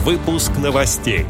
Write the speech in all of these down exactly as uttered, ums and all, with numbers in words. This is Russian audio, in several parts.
Выпуск новостей.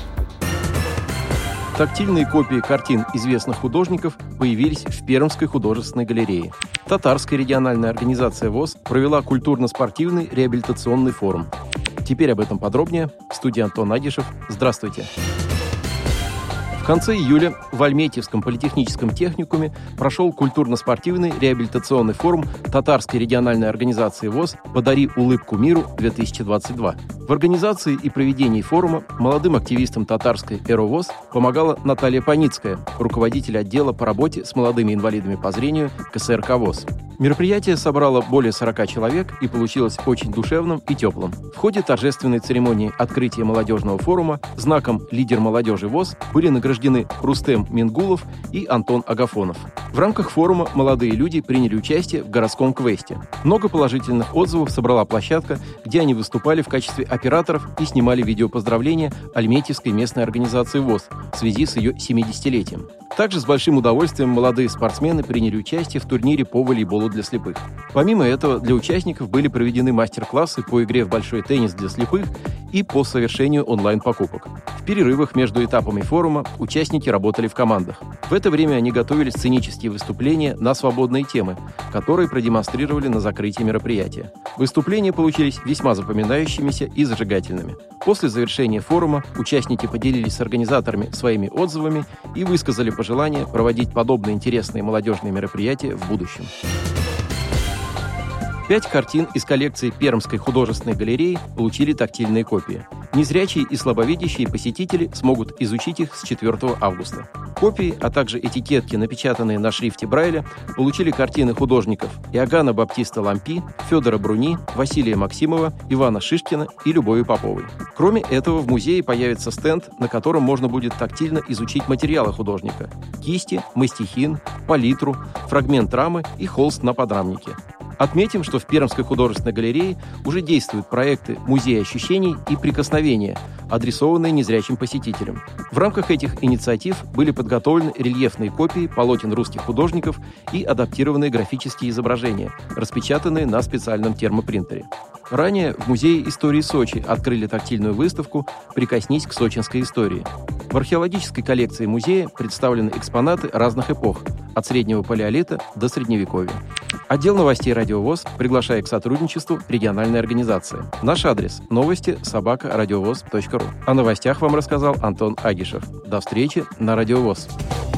Тактильные копии картин известных художников появились в Пермской художественной галерее. Татарская региональная организация ВОС провела культурно-спортивный реабилитационный форум. Теперь об этом подробнее. В студии Антон Агишев. Здравствуйте. В конце июля в Альметьевском политехническом техникуме прошел культурно-спортивный реабилитационный форум Татарской региональной организации ВОС «Подари улыбку миру-две тысячи двадцать два». В организации и проведении форума молодым активистам татарской ЭРО ВОС помогала Наталья Паницкая, руководитель отдела по работе с молодыми инвалидами по зрению КСРК ВОС. Мероприятие собрало более сорока человек и получилось очень душевным и теплым. В ходе торжественной церемонии открытия молодежного форума знаком «Лидер молодежи ВОС» были награждены Рустем Мингулов и Антон Агафонов. В рамках форума молодые люди приняли участие в городском квесте. Много положительных отзывов собрала площадка, где они выступали в качестве операторов и снимали видео поздравления Альметьевской местной организации ВОС в связи с ее семидесятилетием. Также с большим удовольствием молодые спортсмены приняли участие в турнире по волейболу для слепых. Помимо этого, для участников были проведены мастер-классы по игре в большой теннис для слепых и по совершению онлайн-покупок. В перерывах между этапами форума участники работали в командах. В это время они готовили сценические выступления на свободные темы, которые продемонстрировали на закрытии мероприятия. Выступления получились весьма запоминающимися и зажигательными. После завершения форума участники поделились с организаторами своими отзывами и высказали пожелание проводить подобные интересные молодежные мероприятия в будущем. Пять картин из коллекции Пермской художественной галереи получили тактильные копии. Незрячие и слабовидящие посетители смогут изучить их с четвёртого августа. Копии, а также этикетки, напечатанные на шрифте Брайля, получили картины художников Иоганна Баптиста Лампи, Федора Бруни, Василия Максимова, Ивана Шишкина и Любови Поповой. Кроме этого, в музее появится стенд, на котором можно будет тактильно изучить материалы художника – кисти, мастихин, палитру, фрагмент рамы и холст на подрамнике. Отметим, что в Пермской художественной галерее уже действуют проекты «Музей ощущений» и «Прикосновения», адресованные незрячим посетителям. В рамках этих инициатив были подготовлены рельефные копии полотен русских художников и адаптированные графические изображения, распечатанные на специальном термопринтере. Ранее в Музее истории Сочи открыли тактильную выставку «Прикоснись к сочинской истории». В археологической коллекции музея представлены экспонаты разных эпох, от среднего палеолита до средневековья. Отдел новостей Радио ВОС приглашает к сотрудничеству региональной организации. Наш адрес – новости собака радиовоз точка ру. О новостях вам рассказал Антон Агишев. До встречи на Радио ВОС.